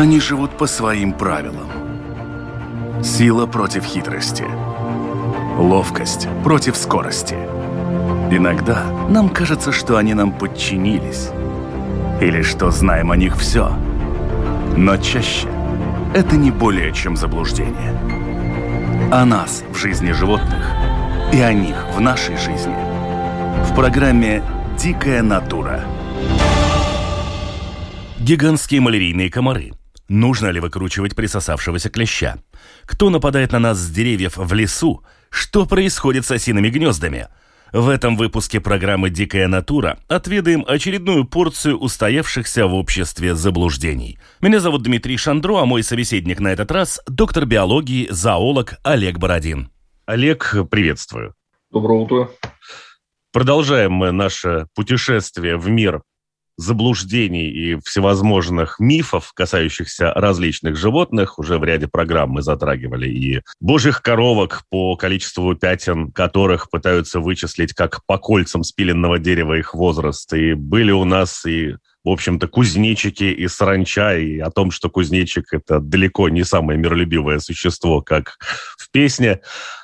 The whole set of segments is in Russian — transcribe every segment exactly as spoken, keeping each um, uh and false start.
Они живут по своим правилам. Сила против хитрости. Ловкость против скорости. Иногда нам кажется, что они нам подчинились. Или что знаем о них все. Но чаще это не более чем заблуждение. О нас в жизни животных и о них в нашей жизни. В программе «Дикая натура». Гигантские малярийные комары. Нужно ли выкручивать присосавшегося клеща? Кто нападает на нас с деревьев в лесу? Что происходит с осиными гнездами? В этом выпуске программы «Дикая натура» отведаем очередную порцию устоявшихся в обществе заблуждений. Меня зовут Дмитрий Шандро, а мой собеседник на этот раз – доктор биологии, зоолог Олег Бородин. Олег, приветствую. Доброе утро. Продолжаем мы наше путешествие в мир заблуждений и всевозможных мифов, касающихся различных животных. Уже в ряде программ мы затрагивали и божьих коровок, по количеству пятен которых пытаются вычислить как по кольцам спиленного дерева их возраст. И были у нас и, в общем-то, кузнечики и саранча, и о том, что кузнечик – это далеко не самое миролюбивое существо, как в песне.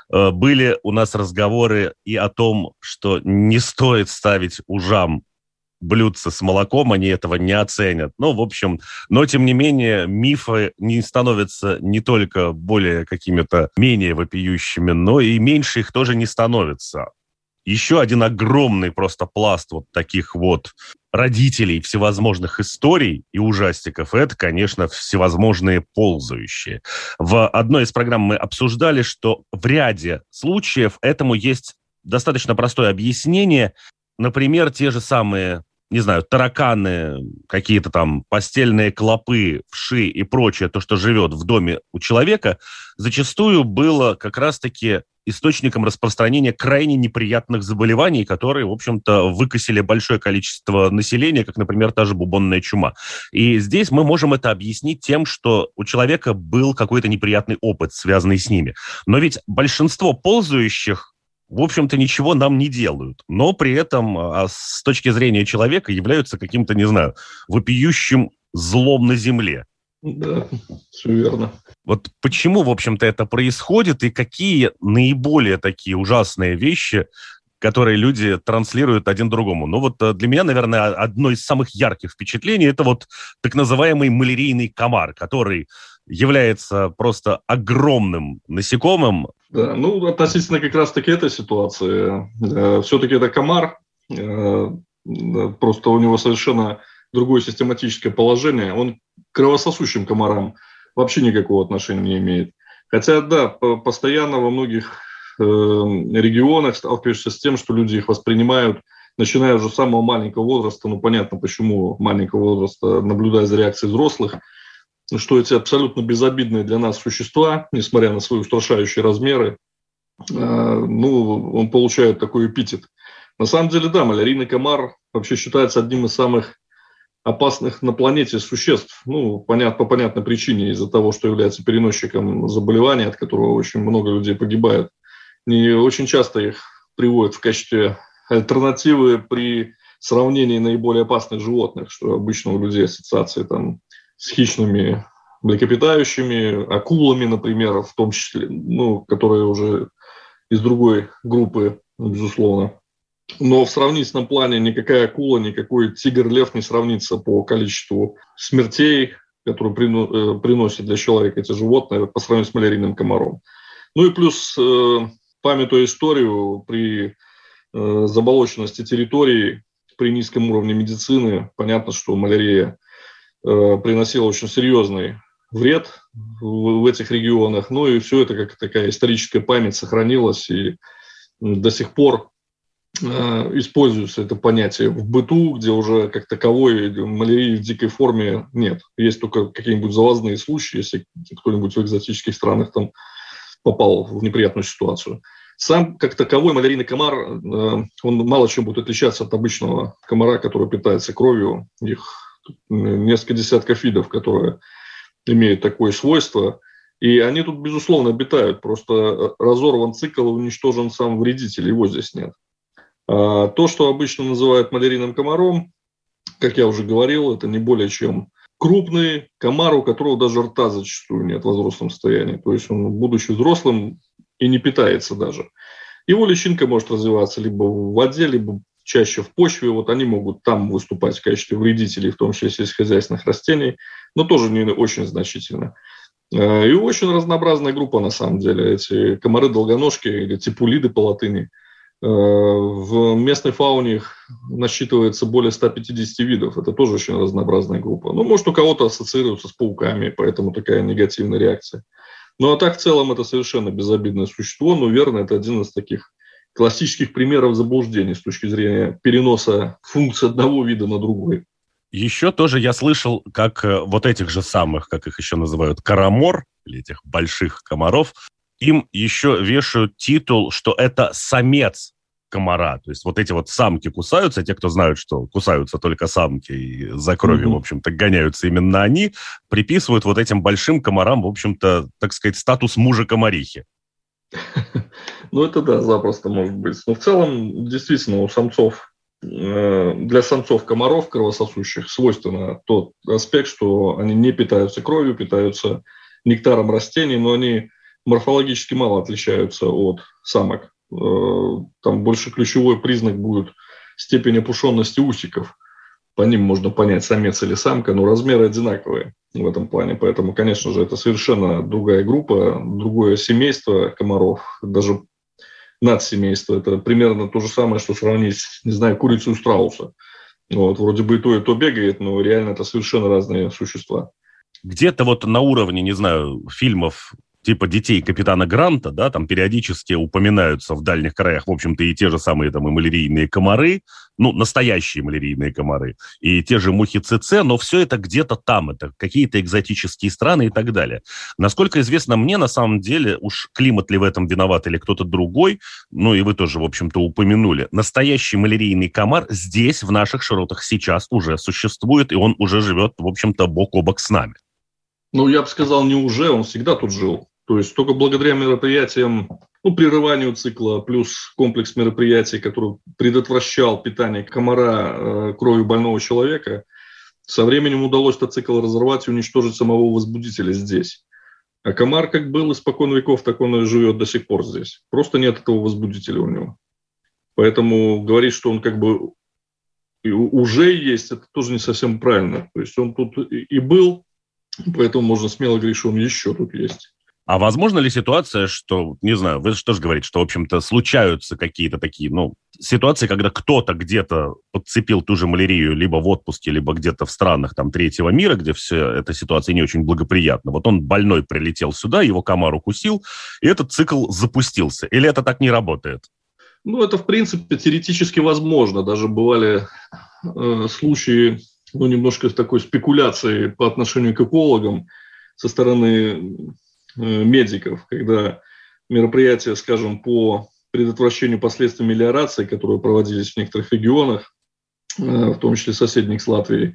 Были у нас разговоры и о том, что не стоит ставить ужам блюдце с молоком, они этого не оценят. Ну, в общем, но, тем не менее, мифы не становятся не только более какими-то менее вопиющими, но и меньше их тоже не становится. Еще один огромный просто пласт вот таких вот родителей всевозможных историй и ужастиков – это, конечно, всевозможные ползающие. В одной из программ мы обсуждали, что в ряде случаев этому есть достаточно простое объяснение. Например, те же самые, не знаю, тараканы, какие-то там постельные клопы, вши и прочее, то, что живет в доме у человека, зачастую было как раз-таки источником распространения крайне неприятных заболеваний, которые, в общем-то, выкосили большое количество населения, как, например, та же бубонная чума. И здесь мы можем это объяснить тем, что у человека был какой-то неприятный опыт, связанный с ними. Но ведь большинство ползающих, в общем-то, ничего нам не делают, но при этом а с точки зрения человека являются каким-то, не знаю, вопиющим злом на земле. Да, все верно. Вот почему, в общем-то, это происходит, и какие наиболее такие ужасные вещи, которые люди транслируют один другому? Ну вот для меня, наверное, одно из самых ярких впечатлений – это вот так называемый малярийный комар, который является просто огромным насекомым. Да, ну, относительно как раз-таки этой ситуации, э, все-таки это комар, э, просто у него совершенно другое систематическое положение. Он к кровососущим комарам вообще никакого отношения не имеет. Хотя, да, по- постоянно во многих э, регионах сталкиваешься с тем, что люди их воспринимают, начиная уже с самого маленького возраста. Ну, понятно, почему маленького возраста, наблюдая за реакцией взрослых, что эти абсолютно безобидные для нас существа, несмотря на свои устрашающие размеры, э, ну, он получает такой эпитет. На самом деле, да, малярийный комар вообще считается одним из самых опасных на планете существ. Ну, понят, по понятной причине, из-за того, что является переносчиком заболевания, от которого очень много людей погибает. И очень часто их приводят в качестве альтернативы при сравнении наиболее опасных животных, что обычно у людей ассоциации там с хищными млекопитающими, акулами, например, в том числе, ну, которые уже из другой группы, безусловно. Но в сравнительном плане никакая акула, никакой тигр-лев не сравнится по количеству смертей, которые приносят для человека эти животные по сравнению с малярийным комаром. Ну и плюс, памятуя историю, при заболоченности территорий, при низком уровне медицины, понятно, что малярия приносила очень серьезный вред в, в этих регионах. Ну и все это как такая историческая память сохранилась, и до сих пор э, используется это понятие в быту, где уже как таковой малярии в дикой форме нет. Есть только какие-нибудь завозные случаи, если кто-нибудь в экзотических странах там попал в неприятную ситуацию. Сам как таковой малярийный комар, э, он мало чем будет отличаться от обычного комара, который питается кровью. Их несколько десятков видов, которые имеют такое свойство. И они тут, безусловно, обитают. Просто разорван цикл и уничтожен сам вредитель. Его здесь нет. А то, что обычно называют малярийным комаром, как я уже говорил, это не более чем крупный комар, у которого даже рта зачастую нет в взрослом состоянии. То есть он, будучи взрослым, и не питается даже. Его личинка может развиваться либо в воде, либо чаще в почве. Вот они могут там выступать в качестве вредителей, в том числе сельскохозяйственных растений, но тоже не очень значительно. И очень разнообразная группа на самом деле. Эти комары-долгоножки или типулиды по латыни. В местной фауне их насчитывается более ста пятидесяти видов. Это тоже очень разнообразная группа. Ну, может, у кого-то ассоциируется с пауками, поэтому такая негативная реакция. Ну, а так, в целом, это совершенно безобидное существо. Но, верно, это один из таких классических примеров заблуждений с точки зрения переноса функций одного вида на другой. Еще тоже я слышал, как вот этих же самых, как их еще называют, карамор, или этих больших комаров, им еще вешают титул, что это самец комара. То есть вот эти вот самки кусаются, те, кто знают, что кусаются только самки, и за кровью, mm-hmm. в общем-то, гоняются именно они, приписывают вот этим большим комарам, в общем-то, так сказать, статус мужа-комарихи. Ну, это да, запросто может быть. Но в целом, действительно, у самцов, для самцов комаров кровососущих свойственно тот аспект, что они не питаются кровью, питаются нектаром растений, но они морфологически мало отличаются от самок. Там больше ключевой признак будет степень опушенности усиков. По ним можно понять, самец или самка, но размеры одинаковые в этом плане. Поэтому, конечно же, это совершенно другая группа, другое семейство комаров, даже надсемейство. Это примерно то же самое, что сравнить, не знаю, курицу и страуса. Вот, вроде бы и то, и то бегает, но реально это совершенно разные существа. Где-то вот на уровне, не знаю, фильмов типа «Детей капитана Гранта», да, там периодически упоминаются в дальних краях, в общем-то, и те же самые там и малярийные комары, ну, настоящие малярийные комары, и те же мухи ЦЦ, но все это где-то там, это какие-то экзотические страны и так далее. Насколько известно мне, на самом деле, уж климат ли в этом виноват или кто-то другой, ну, и вы тоже, в общем-то, упомянули, настоящий малярийный комар здесь, в наших широтах, сейчас уже существует, и он уже живет, в общем-то, бок о бок с нами. Ну, я бы сказал, не уже, он всегда тут жил. То есть только благодаря мероприятиям, ну, прерыванию цикла, плюс комплекс мероприятий, который предотвращал питание комара э, кровью больного человека, со временем удалось этот цикл разорвать и уничтожить самого возбудителя здесь. А комар как был испокон веков, так он и живет до сих пор здесь. Просто нет этого возбудителя у него. Поэтому говорить, что он как бы уже есть, это тоже не совсем правильно. То есть он тут и был, поэтому можно смело говорить, что он еще тут есть. А возможно ли ситуация, что, не знаю, вы что же говорите, что, в общем-то, случаются какие-то такие, ну, ситуации, когда кто-то где-то подцепил ту же малярию либо в отпуске, либо где-то в странах там третьего мира, где все эта ситуация не очень благоприятна. Вот он больной прилетел сюда, его комар укусил, и этот цикл запустился. Или это так не работает? Ну, это, в принципе, теоретически возможно. Даже бывали э, случаи, ну, немножко такой спекуляции по отношению к экологам со стороны медиков, когда мероприятия, скажем, по предотвращению последствий мелиорации, которые проводились в некоторых регионах, в том числе соседних с Латвией,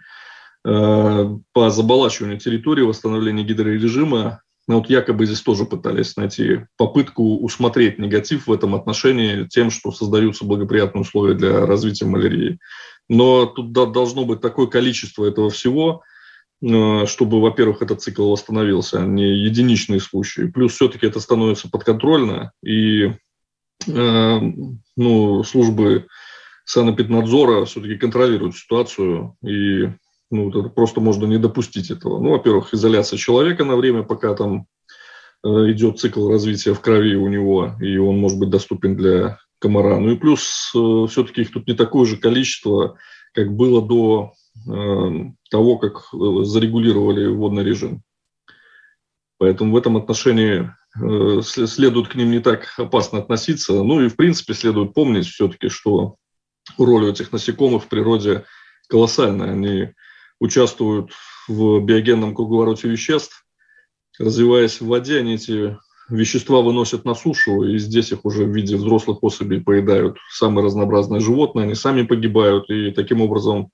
по заболачиванию территории, восстановлению гидрорежима, вот якобы здесь тоже пытались найти попытку усмотреть негатив в этом отношении тем, что создаются благоприятные условия для развития малярии. Но тут должно быть такое количество этого всего, чтобы, во-первых, этот цикл восстановился, а не единичные случаи. Плюс все-таки это становится подконтрольно, и э, ну, службы санэпиднадзора все-таки контролируют ситуацию, и ну, это просто можно не допустить этого. Ну, во-первых, изоляция человека на время, пока там э, идет цикл развития в крови у него, и он может быть доступен для комара. Ну и плюс э, все-таки их тут не такое же количество, как было до того, как зарегулировали водный режим. Поэтому в этом отношении следует к ним не так опасно относиться. Ну и, в принципе, следует помнить все-таки, что роль этих насекомых в природе колоссальная. Они участвуют в биогенном круговороте веществ. Развиваясь в воде, они эти вещества выносят на сушу, и здесь их уже в виде взрослых особей поедают самые разнообразные животные. Они сами погибают, и таким образом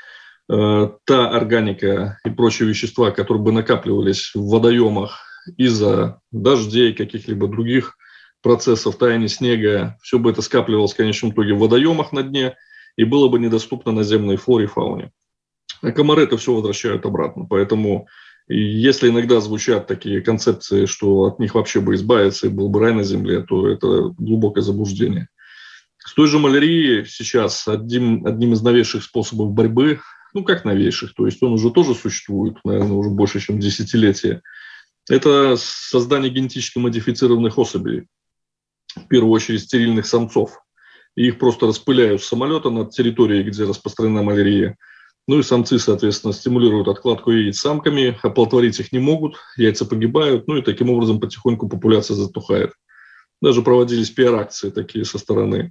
та органика и прочие вещества, которые бы накапливались в водоемах из-за дождей, каких-либо других процессов, таяния снега, все бы это скапливалось в конечном итоге в водоемах на дне и было бы недоступно наземной флоре и фауне. А комары это все возвращают обратно. Поэтому если иногда звучат такие концепции, что от них вообще бы избавиться и был бы рай на земле, то это глубокое заблуждение. С той же малярией сейчас одним, одним из новейших способов борьбы, ну как новейших, то есть он уже тоже существует, наверное, уже больше, чем десятилетия, это создание генетически модифицированных особей, в первую очередь стерильных самцов. И их просто распыляют с самолета над территорией, где распространена малярия. Ну и самцы, соответственно, стимулируют откладку яиц самками, оплодотворить их не могут, яйца погибают, ну и таким образом потихоньку популяция затухает. Даже проводились пиар-акции такие со стороны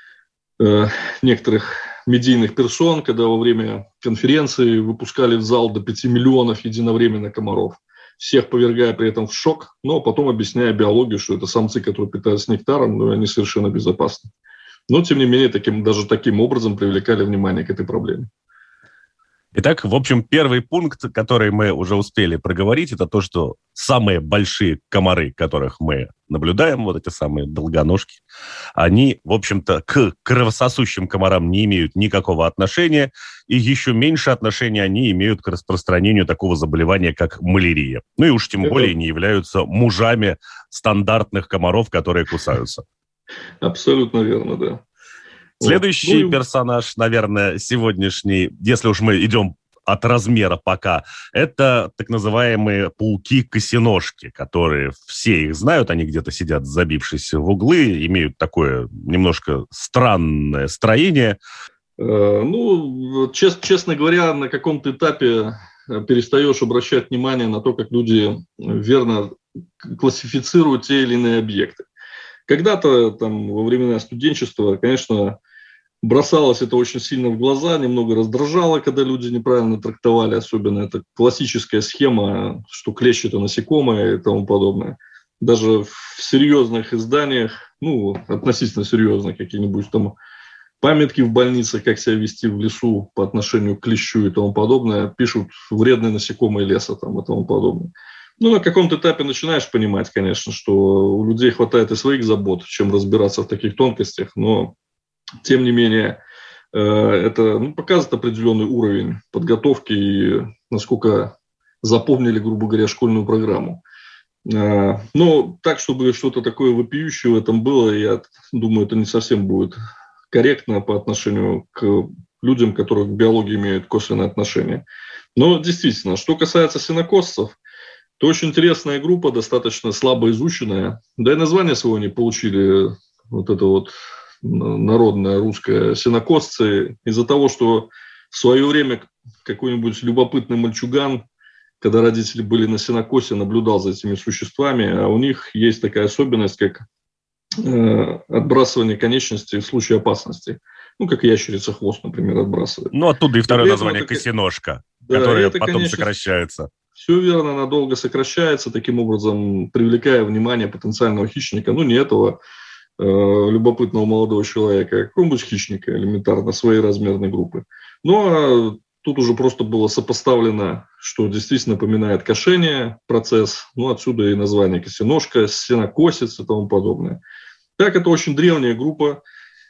э, некоторых медийных персон, когда во время конференции выпускали в зал до пяти миллионов единовременно комаров, всех повергая при этом в шок, но потом объясняя биологию, что это самцы, которые питаются нектаром, но они совершенно безопасны. Но, тем не менее, таким, даже таким образом привлекали внимание к этой проблеме. Итак, в общем, первый пункт, который мы уже успели проговорить, это то, что самые большие комары, которых мы наблюдаем, вот эти самые долгоножки, они, в общем-то, к кровососущим комарам не имеют никакого отношения, и еще меньше отношения они имеют к распространению такого заболевания, как малярия. Ну и уж тем это... более не являются мужами стандартных комаров, которые кусаются. Абсолютно верно, да. Следующий ну, персонаж, наверное, сегодняшний, если уж мы идем от размера пока, это так называемые пауки-косиножки, которые все их знают, они где-то сидят, забившись в углы, имеют такое немножко странное строение. Э, ну, чест, честно говоря, на каком-то этапе перестаешь обращать внимание на то, как люди верно классифицируют те или иные объекты. Когда-то, там, во времена студенчества, конечно, бросалось это очень сильно в глаза, немного раздражало, когда люди неправильно трактовали, особенно это классическая схема, что клещ – это насекомое и тому подобное. Даже в серьезных изданиях, ну, относительно серьезных, какие-нибудь там памятки в больнице, как себя вести в лесу по отношению к клещу и тому подобное, пишут «вредные насекомые леса» там, и тому подобное. Ну, на каком-то этапе начинаешь понимать, конечно, что у людей хватает и своих забот, чем разбираться в таких тонкостях, но, тем не менее, это ну, показывает определенный уровень подготовки и насколько запомнили, грубо говоря, школьную программу. Но так, чтобы что-то такое вопиющее в этом было, я думаю, это не совсем будет корректно по отношению к людям, которые к биологии имеют косвенное отношение. Но действительно, что касается сенокосцев, то очень интересная группа, достаточно слабо изученная. Да и название свое они получили, вот это вот народное русское сенокосцы, из-за того, что в свое время какой-нибудь любопытный мальчуган, когда родители были на сенокосе, наблюдал за этими существами, а у них есть такая особенность, как э, отбрасывание конечностей в случае опасности. Ну, как ящерица хвост, например, отбрасывает. Ну, оттуда и второе и название это, косиножка, да, которое это, потом конечно, сокращается. Все верно, надолго сокращается, таким образом привлекая внимание потенциального хищника, ну, не этого э, любопытного молодого человека, а какого-нибудь хищника элементарно, своей размерной группы. Ну, а тут уже просто было сопоставлено, что действительно напоминает кошение процесс, ну, отсюда и название косиножка, сенокосец и тому подобное. Так, это очень древняя группа,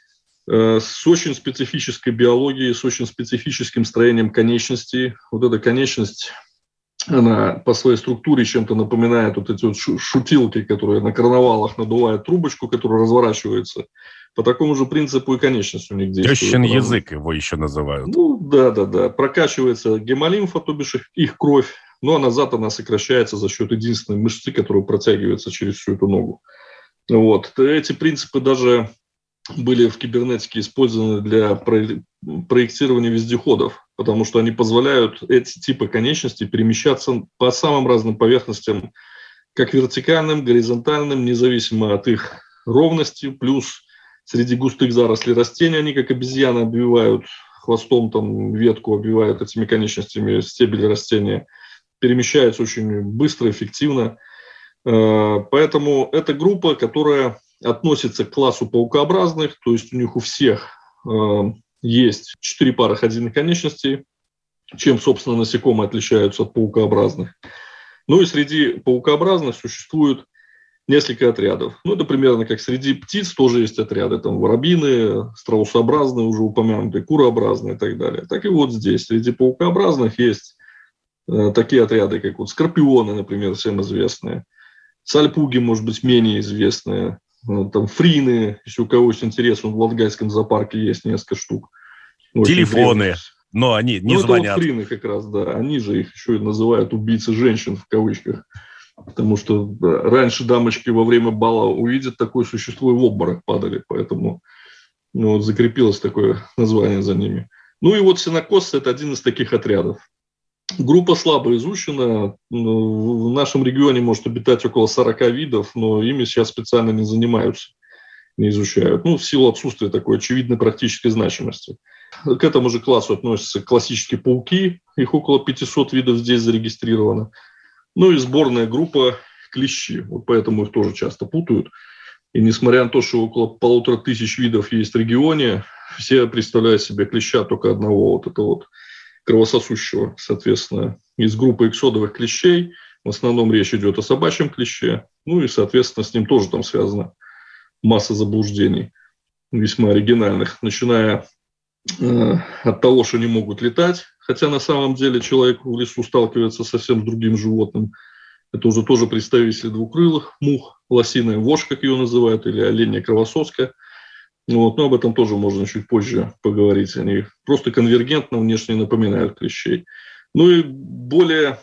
э, с очень специфической биологией, с очень специфическим строением конечностей. Вот эта конечность, она по своей структуре чем-то напоминает вот эти вот шутилки, которые на карнавалах надувают трубочку, которая разворачивается. По такому же принципу и конечность у них действует. Тещин язык его еще называют. Ну, да-да-да. Прокачивается гемолимфа, то бишь их, их кровь, ну, а назад она сокращается за счет единственной мышцы, которая протягивается через всю эту ногу. Вот. Эти принципы даже были в кибернетике использованы для проектирования вездеходов, потому что они позволяют эти типы конечностей перемещаться по самым разным поверхностям, как вертикальным, горизонтальным, независимо от их ровности, плюс среди густых зарослей растений они, как обезьяны, обвивают хвостом там, ветку, обвивают этими конечностями стебель растения, перемещаются очень быстро, эффективно. Поэтому это группа, которая относится к классу паукообразных, то есть у них у всех э, есть четыре пары ходильных конечностей, чем, собственно, насекомые отличаются от паукообразных. Ну и среди паукообразных существует несколько отрядов. Ну, это примерно как среди птиц тоже есть отряды. Там воробьиные, страусообразные, уже упомянутые, курообразные и так далее. Так и вот здесь. Среди паукообразных есть э, такие отряды, как вот скорпионы, например, всем известные. Сальпуги, может быть, менее известные. Ну, там фрины, если у кого есть интерес, в Латгальском зоопарке есть несколько штук. Очень телефоны, древних. но они не ну, звонят. Это вот фрины как раз, да. Они же их еще и называют убийцы женщин, в кавычках. Потому что да, раньше дамочки во время бала увидят такое существо и в обморок падали. Поэтому ну, вот, закрепилось такое название за ними. Ну и вот сенокосцы – это один из таких отрядов. Группа слабо изучена. В нашем регионе может обитать около сорок видов, но ими сейчас специально не занимаются, не изучают. Ну, в силу отсутствия такой очевидной практической значимости. К этому же классу относятся классические пауки. Их около пятисот видов здесь зарегистрировано. Ну и сборная группа клещи. Вот поэтому их тоже часто путают. И несмотря на то, что около полутора тысяч видов есть в регионе, все представляют себе клеща только одного. Вот это вот кровососущего, соответственно, из группы иксодовых клещей. В основном речь идет о собачьем клеще. Ну и, соответственно, с ним тоже там связана масса заблуждений весьма оригинальных. Начиная э, от того, что не могут летать. Хотя на самом деле человек в лесу сталкивается совсем с другим животным. Это уже тоже представители двукрылых мух. Лосиная вошь, как ее называют, или оленья кровососка. Вот, но об этом тоже можно чуть позже поговорить. Они просто конвергентно внешне напоминают клещей. Ну и более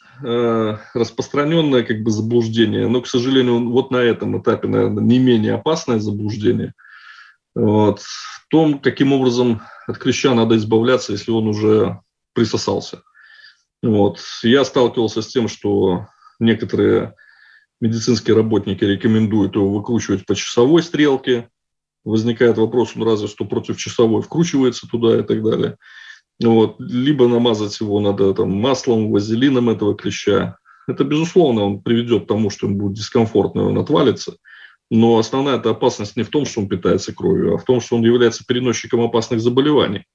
э, распространенное как бы заблуждение, но, к сожалению, вот на этом этапе, наверное, не менее опасное заблуждение. Вот, в том, каким образом от клеща надо избавляться, если он уже присосался. Вот. Я сталкивался с тем, что некоторые медицинские работники рекомендуют его выкручивать по часовой стрелке. Возникает вопрос, ну разве что против часовой вкручивается туда и так далее. Вот. Либо намазать его надо там, маслом, вазелином этого клеща. Это, безусловно, он приведет к тому, что ему будет дискомфортно, и он отвалится. Но основная эта опасность не в том, что он питается кровью, а в том, что он является переносчиком опасных заболеваний.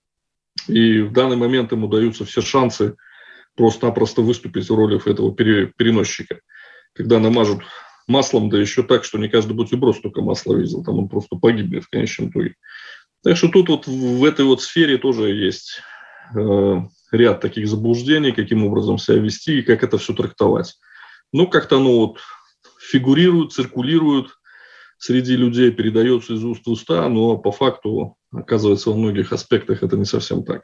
И в данный момент ему даются все шансы просто-напросто выступить в роли этого переносчика. Когда намажут маслом, да еще так, что не каждый бутерброд столько масла видел, там он просто погибнет в конечном итоге. Так что тут вот в этой вот сфере тоже есть э, ряд таких заблуждений, каким образом себя вести и как это все трактовать. Ну, как-то оно вот фигурирует, циркулирует среди людей, передается из уст в уста, но по факту, оказывается, во многих аспектах это не совсем так.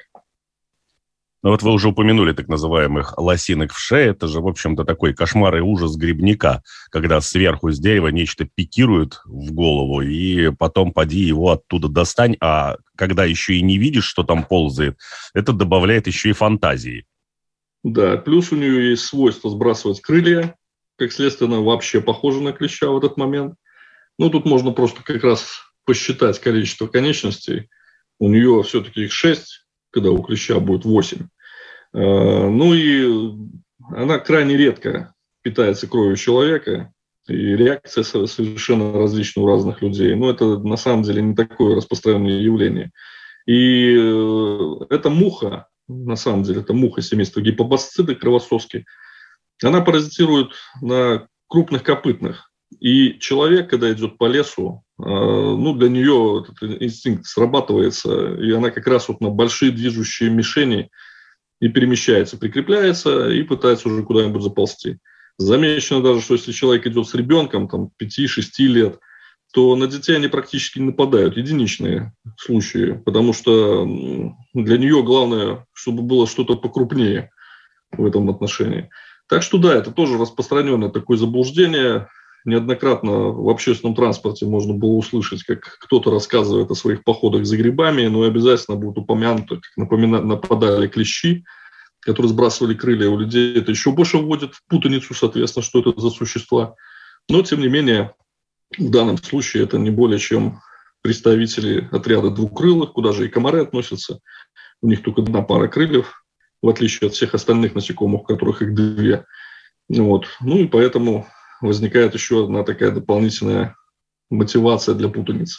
Ну вот вы уже упомянули так называемых лосинок в шее. Это же, в общем-то, такой кошмар и ужас грибника, когда сверху с дерева нечто пикирует в голову, и потом поди его оттуда достань, а когда еще и не видишь, что там ползает, это добавляет еще и фантазии. Да, плюс у нее есть свойство сбрасывать крылья, как следствие, она вообще похожа на клеща в этот момент. Ну, тут можно просто как раз посчитать количество конечностей. У нее все-таки их шесть, когда у клеща будет восемь. Ну и она крайне редко питается кровью человека, и реакция совершенно различна у разных людей. Но это на самом деле не такое распространенное явление. И эта муха, на самом деле, это муха семейства гипобасциды, кровососки, она паразитирует на крупных копытных. И человек, когда идет по лесу, ну, для нее этот инстинкт срабатывается, и она как раз вот на большие движущие мишени и перемещается, прикрепляется и пытается уже куда-нибудь заползти. Замечено даже, что если человек идет с ребенком там, пяти-шести лет, то на детей они практически не нападают. Единичные случаи, потому что для нее главное, чтобы было что-то покрупнее в этом отношении. Так что да, это тоже распространенное такое заблуждение. Неоднократно в общественном транспорте можно было услышать, как кто-то рассказывает о своих походах за грибами, но обязательно будет упомянуто, как напомина... нападали клещи, которые сбрасывали крылья у людей. Это еще больше вводит в путаницу, соответственно, что это за существа. Но, тем не менее, в данном случае это не более чем представители отряда двукрылых, куда же и комары относятся. У них только одна пара крыльев, в отличие от всех остальных насекомых, у которых их две. Вот. Ну и поэтому возникает еще одна такая дополнительная мотивация для путаницы.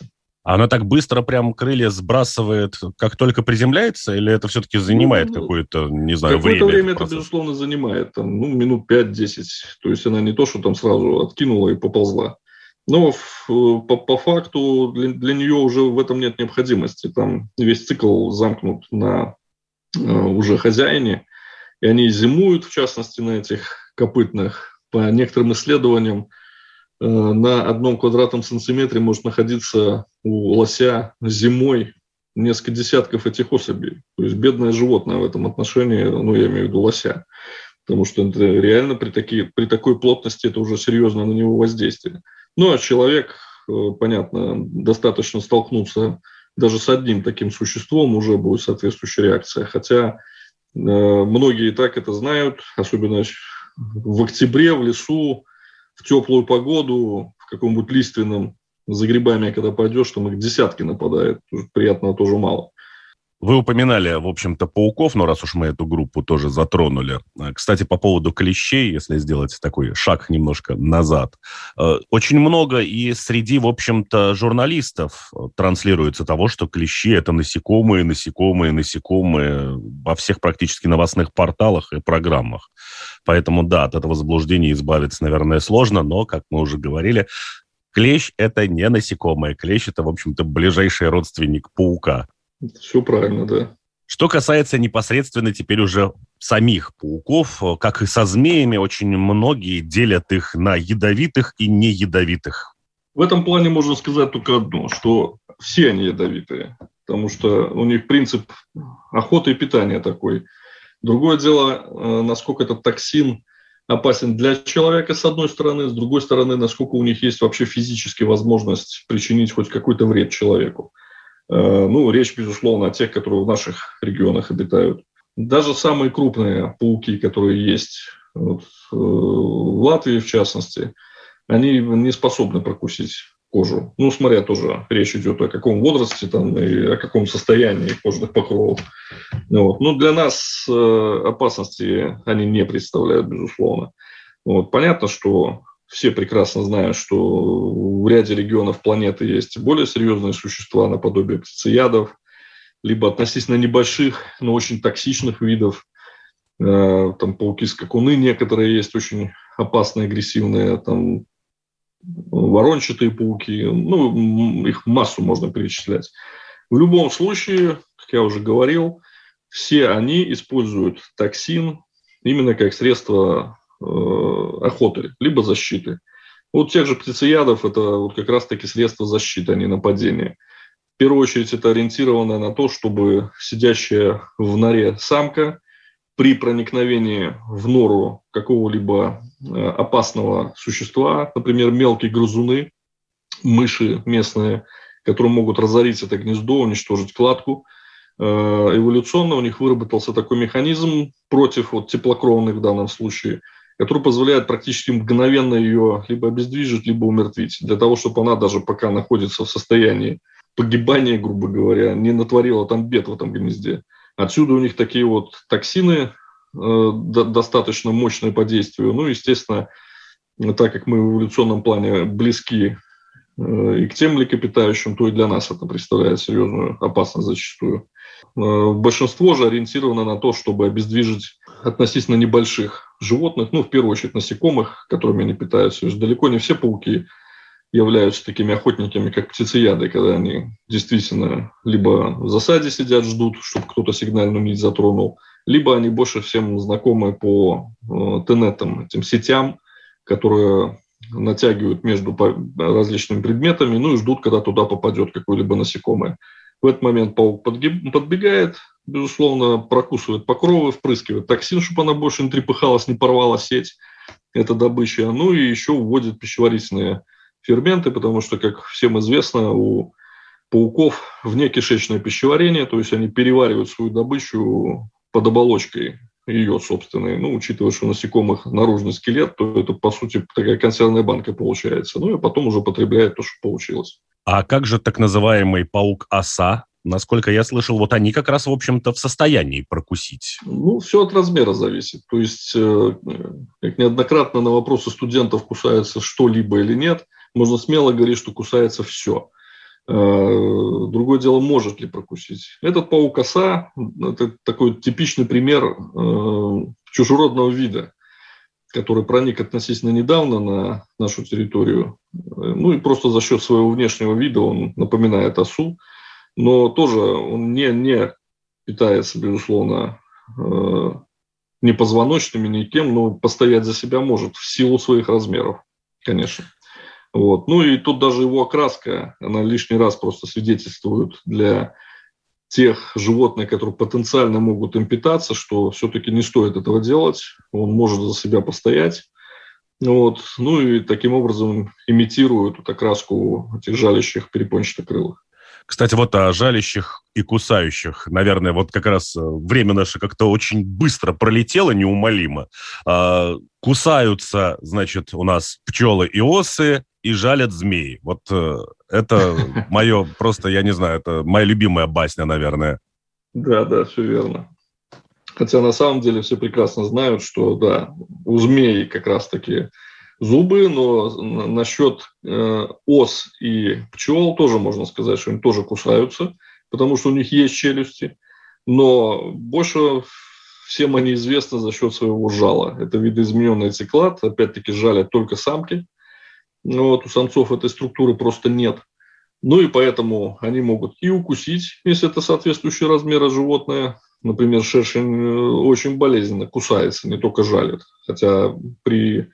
Она так быстро прям крылья сбрасывает, как только приземляется, или это все-таки занимает ну, какое-то, не знаю, время? Какое-то время это, безусловно, занимает. Там, ну, минут пять-десять. То есть она не то, что там сразу откинула и поползла. Но по, по факту для, для нее уже в этом нет необходимости. Там весь цикл замкнут на э, уже хозяине. И они зимуют, в частности, на этих копытных. По некоторым исследованиям, э, на одном квадратном сантиметре может находиться у лося зимой несколько десятков этих особей. То есть бедное животное в этом отношении, ну, я имею в виду лося. Потому что это реально при, такие, при такой плотности это уже серьезно на него воздействие. Ну, а человек, понятно, достаточно столкнуться даже с одним таким существом, уже будет соответствующая реакция. Хотя э, многие и так это знают, особенно в октябре в лесу, в теплую погоду, в каком-нибудь лиственном, за грибами, когда пойдешь, там их десятки нападает. Приятного тоже мало. Вы упоминали, в общем-то, пауков, но раз уж мы эту группу тоже затронули. Кстати, по поводу клещей, если сделать такой шаг немножко назад. Очень много и среди, в общем-то, журналистов транслируется того, что клещи – это насекомые, насекомые, насекомые во всех практически новостных порталах и программах. Поэтому, да, от этого заблуждения избавиться, наверное, сложно, но, как мы уже говорили, клещ – это не насекомое. Клещ – это, в общем-то, ближайший родственник паука. Все правильно, да. Что касается непосредственно теперь уже самих пауков, как и со змеями, очень многие делят их на ядовитых и неядовитых. В этом плане можно сказать только одно, что все они ядовитые, потому что у них принцип охоты и питания такой. Другое дело, насколько этот токсин опасен для человека, с одной стороны, с другой стороны, насколько у них есть вообще физически возможность причинить хоть какой-то вред человеку. Ну, речь, безусловно, о тех, которые в наших регионах обитают. Даже самые крупные пауки, которые есть вот, в Латвии, в частности, они не способны прокусить кожу. Ну, смотря тоже, речь идет о каком возрасте там, и о каком состоянии кожных покровов. Вот. Но для нас опасности они не представляют, безусловно. Вот. Понятно, что все прекрасно знают, что в ряде регионов планеты есть более серьезные существа, наподобие птицеядов, либо относительно небольших, но очень токсичных видов. Там пауки-скакуны некоторые есть, очень опасные, агрессивные, там ворончатые пауки, ну, их массу можно перечислять. В любом случае, как я уже говорил, все они используют токсин именно как средство охоты, либо защиты. Вот тех же птицеядов это вот как раз-таки средство защиты, а не нападения. В первую очередь это ориентировано на то, чтобы сидящая в норе самка при проникновении в нору какого-либо опасного существа, например, мелкие грызуны, мыши местные, которые могут разорить это гнездо, уничтожить кладку, эволюционно у них выработался такой механизм против вот, теплокровных в данном случае, который позволяет практически мгновенно ее либо обездвижить, либо умертвить. Для того, чтобы она даже пока находится в состоянии погибания, грубо говоря, не натворила там бед в этом гнезде. Отсюда у них такие вот токсины э, достаточно мощные по действию. Ну, естественно, так как мы в эволюционном плане близки э, и к тем млекопитающим, то и для нас это представляет серьезную опасность зачастую. Э, большинство же ориентировано на то, чтобы обездвижить относительно небольших животных, ну, в первую очередь насекомых, которыми они питаются. То есть далеко не все пауки являются такими охотниками, как птицеяды, когда они действительно либо в засаде сидят, ждут, чтобы кто-то сигнальную нить затронул, либо они больше всем знакомы по э, тенетам, этим сетям, которые натягивают между различными предметами, ну и ждут, когда туда попадет какое-либо насекомое. В этот момент паук подгиб, подбегает, безусловно, прокусывает покровы, впрыскивает токсин, чтобы она больше не трепыхалась, не порвала сеть, это добыча. Ну и еще вводит пищеварительные ферменты, потому что, как всем известно, у пауков внекишечное пищеварение, то есть они переваривают свою добычу под оболочкой ее собственной. Ну, учитывая, что у насекомых наружный скелет, то это, по сути, такая консервная банка получается. Ну и потом уже потребляет то, что получилось. А как же так называемый паук-оса? Насколько я слышал, вот они как раз, в общем-то, в состоянии прокусить. Ну, все от размера зависит. То есть, как неоднократно на вопросы студентов, кусается что-либо или нет, можно смело говорить, что кусается все. Другое дело, может ли прокусить. Этот паук-оса – это такой типичный пример чужеродного вида, который проник относительно недавно на нашу территорию. Ну и просто за счет своего внешнего вида он напоминает осу, но тоже он не, не питается, безусловно, ни позвоночными, ни кем, но постоять за себя может в силу своих размеров, конечно. Вот. Ну и тут даже его окраска, она лишний раз просто свидетельствует для тех животных, которые потенциально могут им питаться, что все-таки не стоит этого делать, он может за себя постоять. Вот. Ну и таким образом имитирует вот окраску этих жалящих перепончатокрылых. Кстати, вот о жалящих и кусающих. Наверное, вот как раз время наше как-то очень быстро пролетело, неумолимо. А, кусаются, значит, у нас пчелы и осы, и жалят змеи. Вот это мое просто, я не знаю, это моя любимая басня, наверное. Да, да, все верно. Хотя на самом деле все прекрасно знают, что, да, у змей как раз-таки зубы, но насчет э, ос и пчел тоже можно сказать, что они тоже кусаются, потому что у них есть челюсти, но больше всем они известны за счет своего жала. Это видоизмененный циклад, опять-таки жалят только самки, но вот у самцов этой структуры просто нет. Ну и поэтому они могут и укусить, если это соответствующий размера животное. Например, шершень очень болезненно кусается, не только жалит, хотя при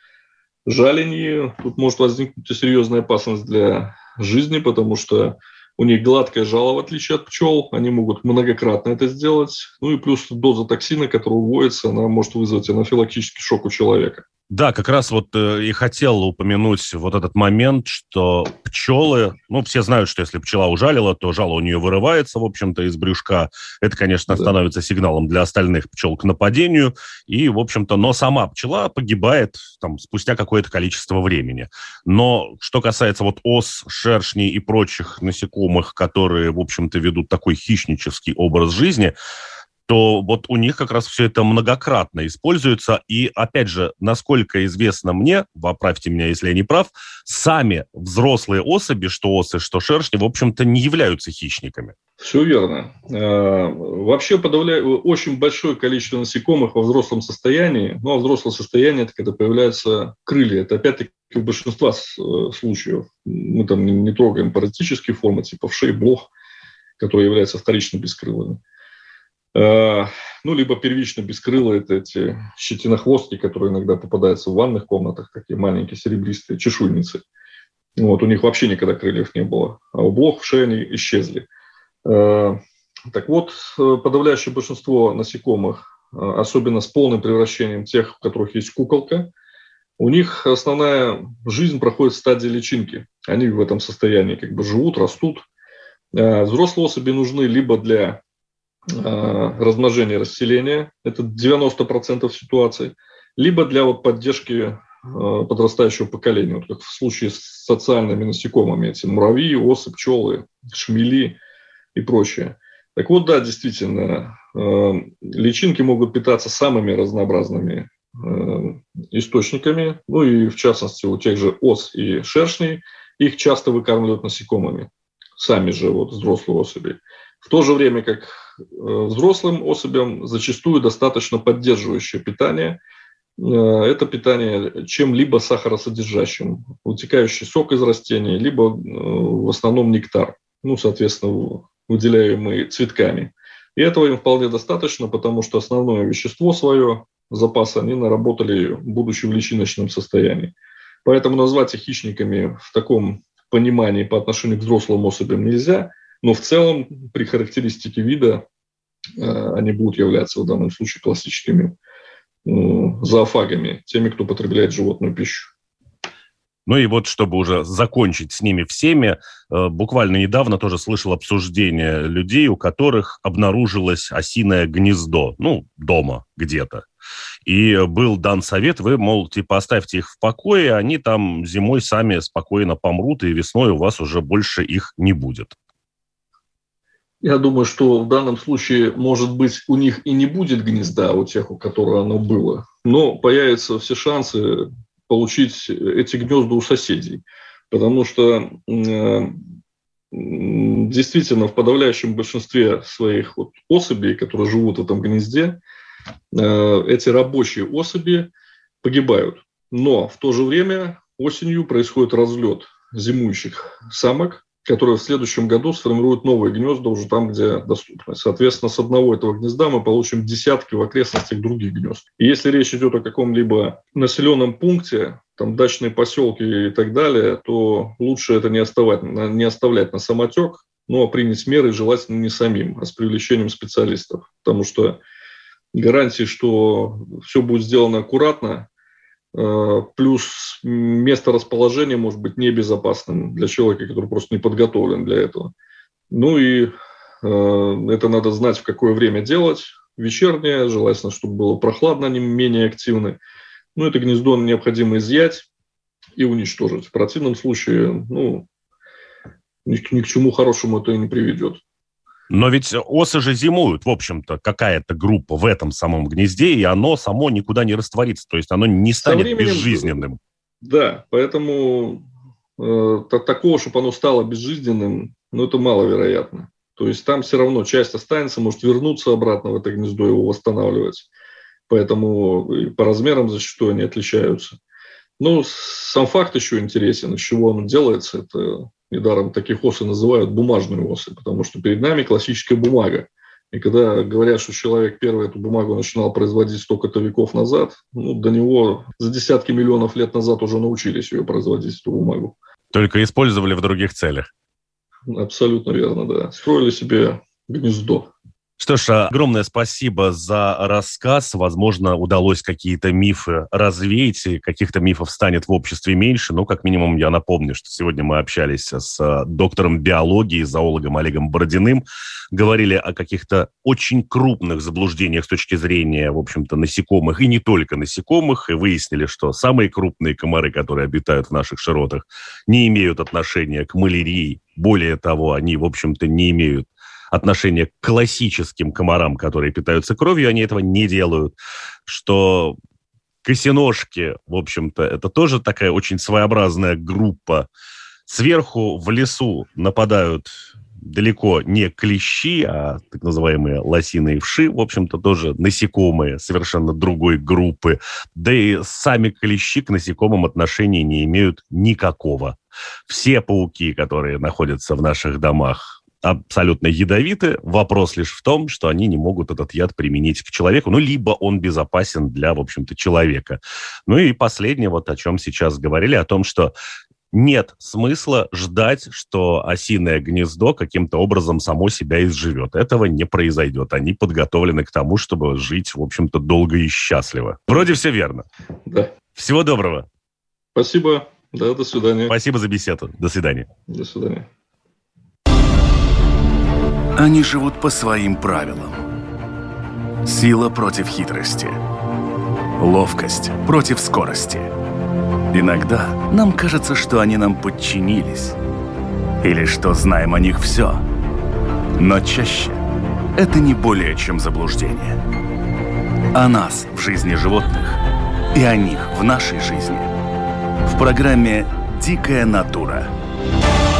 жалении тут может возникнуть и серьезная опасность для жизни, потому что у них гладкое жало, в отличие от пчел, они могут многократно это сделать. Ну и плюс доза токсина, которая уводится, она может вызвать анафилактический шок у человека. Да, как раз вот э, и хотел упомянуть вот этот момент, что пчелы, ну, все знают, что если пчела ужалила, то жало у нее вырывается, в общем-то, из брюшка. Это, конечно, да. становится сигналом для остальных пчел к нападению. И, в общем-то, но сама пчела погибает там спустя какое-то количество времени. Но что касается вот ос, шершней и прочих насекомых, которые, в общем-то, ведут такой хищнический образ жизни, то вот у них как раз все это многократно используется. И, опять же, насколько известно мне, поправьте меня, если я не прав, сами взрослые особи, что осы, что шершни, в общем-то, не являются хищниками. Все верно. Вообще подавляет очень большое количество насекомых во взрослом состоянии. Ну, а взрослое состояние – это когда появляются крылья. Это, опять-таки, в большинстве случаев. Мы там не трогаем паразитические формы, типа вшей, блох, которые являются вторично бескрылыми. Ну, либо первично бескрылые, это эти щетинохвостки, которые иногда попадаются в ванных комнатах, такие маленькие серебристые чешуйницы. Вот, у них вообще никогда крыльев не было, а у блох в шее они исчезли. Так вот, подавляющее большинство насекомых, особенно с полным превращением тех, у которых есть куколка, у них основная жизнь проходит в стадии личинки. Они в этом состоянии как бы живут, растут. Взрослые особи нужны либо для размножения, расселения, это девяносто процентов ситуаций, либо для вот поддержки подрастающего поколения, вот как в случае с социальными насекомыми, эти муравьи, осы, пчелы, шмели и прочее. Так вот, да, действительно, личинки могут питаться самыми разнообразными источниками, ну и в частности у тех же ос и шершней их часто выкармливают насекомыми, сами же вот взрослые особи. В то же время как взрослым особям зачастую достаточно поддерживающее питание. Это питание чем-либо сахаросодержащим, вытекающий сок из растений, либо в основном нектар, ну, соответственно, выделяемый цветками. И этого им вполне достаточно, потому что основное вещество свое, запас, они наработали, будучи в личиночном состоянии. Поэтому назвать их хищниками в таком понимании по отношению к взрослым особям нельзя. Но в целом при характеристике вида э, они будут являться в данном случае классическими э, зоофагами, теми, кто потребляет животную пищу. Ну и вот, чтобы уже закончить с ними всеми, э, буквально недавно тоже слышал обсуждение людей, у которых обнаружилось осиное гнездо, ну, дома где-то. И был дан совет, вы, мол, типа, оставьте их в покое, они там зимой сами спокойно помрут, и весной у вас уже больше их не будет. Я думаю, что в данном случае, может быть, у них и не будет гнезда, у тех, у которых оно было, но появятся все шансы получить эти гнезда у соседей. Потому что э, действительно в подавляющем большинстве своих вот особей, которые живут в этом гнезде, эти рабочие особи погибают. Но в то же время осенью происходит разлет зимующих самок, которые в следующем году сформируют новые гнезда уже там, где доступны. Соответственно, с одного этого гнезда мы получим десятки в окрестностях других гнезд. И если речь идет о каком-либо населенном пункте, там дачные поселки и так далее, то лучше это не оставлять, не оставлять на самотек, но принять меры желательно не самим, а с привлечением специалистов. Потому что гарантии, что все будет сделано аккуратно, плюс место расположения может быть небезопасным для человека, который просто не подготовлен для этого. Ну и э, это надо знать, в какое время делать. Вечернее, желательно, чтобы было прохладно, они менее активны. Ну, это гнездо необходимо изъять и уничтожить. В противном случае, ну, ни, ни к чему хорошему это и не приведет. Но ведь осы же зимуют, в общем-то, какая-то группа в этом самом гнезде, и оно само никуда не растворится, то есть оно не станет временем, безжизненным. Да, поэтому э, такого, чтобы оно стало безжизненным, ну, это маловероятно. То есть там все равно часть останется, может вернуться обратно в это гнездо, его восстанавливать. Поэтому и по размерам зачастую они отличаются. Но сам факт еще интересен, из чего оно делается, это... Недаром таких ос и называют бумажные осы, потому что перед нами классическая бумага. И когда говорят, что человек первый эту бумагу начинал производить столько-то веков назад, ну, до него за десятки миллионов лет назад уже научились ее производить, эту бумагу. Только использовали в других целях. Абсолютно верно, да. Строили себе гнездо. Что ж, огромное спасибо за рассказ. Возможно, удалось какие-то мифы развеять, и каких-то мифов станет в обществе меньше. Но, как минимум, я напомню, что сегодня мы общались с доктором биологии, зоологом Олегом Бородиным. Говорили о каких-то очень крупных заблуждениях с точки зрения, в общем-то, насекомых, и не только насекомых. И выяснили, что самые крупные комары, которые обитают в наших широтах, не имеют отношения к малярии. Более того, они, в общем-то, не имеют отношение к классическим комарам, которые питаются кровью, они этого не делают. Что косиножки, в общем-то, это тоже такая очень своеобразная группа. Сверху в лесу нападают далеко не клещи, а так называемые лосиные вши, в общем-то, тоже насекомые совершенно другой группы. Да и сами клещи к насекомым отношения не имеют никакого. Все пауки, которые находятся в наших домах, абсолютно ядовиты. Вопрос лишь в том, что они не могут этот яд применить к человеку, ну, либо он безопасен для, в общем-то, человека. Ну и последнее, вот о чем сейчас говорили, о том, что нет смысла ждать, что осиное гнездо каким-то образом само себя изживет. Этого не произойдет. Они подготовлены к тому, чтобы жить, в общем-то, долго и счастливо. Вроде все верно. Да. Всего доброго. Спасибо. Да, до свидания. Спасибо за беседу. До свидания. До свидания. Они живут по своим правилам. Сила против хитрости. Ловкость против скорости. Иногда нам кажется, что они нам подчинились. Или что знаем о них все. Но чаще это не более чем заблуждение. О нас в жизни животных и о них в нашей жизни. В программе «Дикая натура».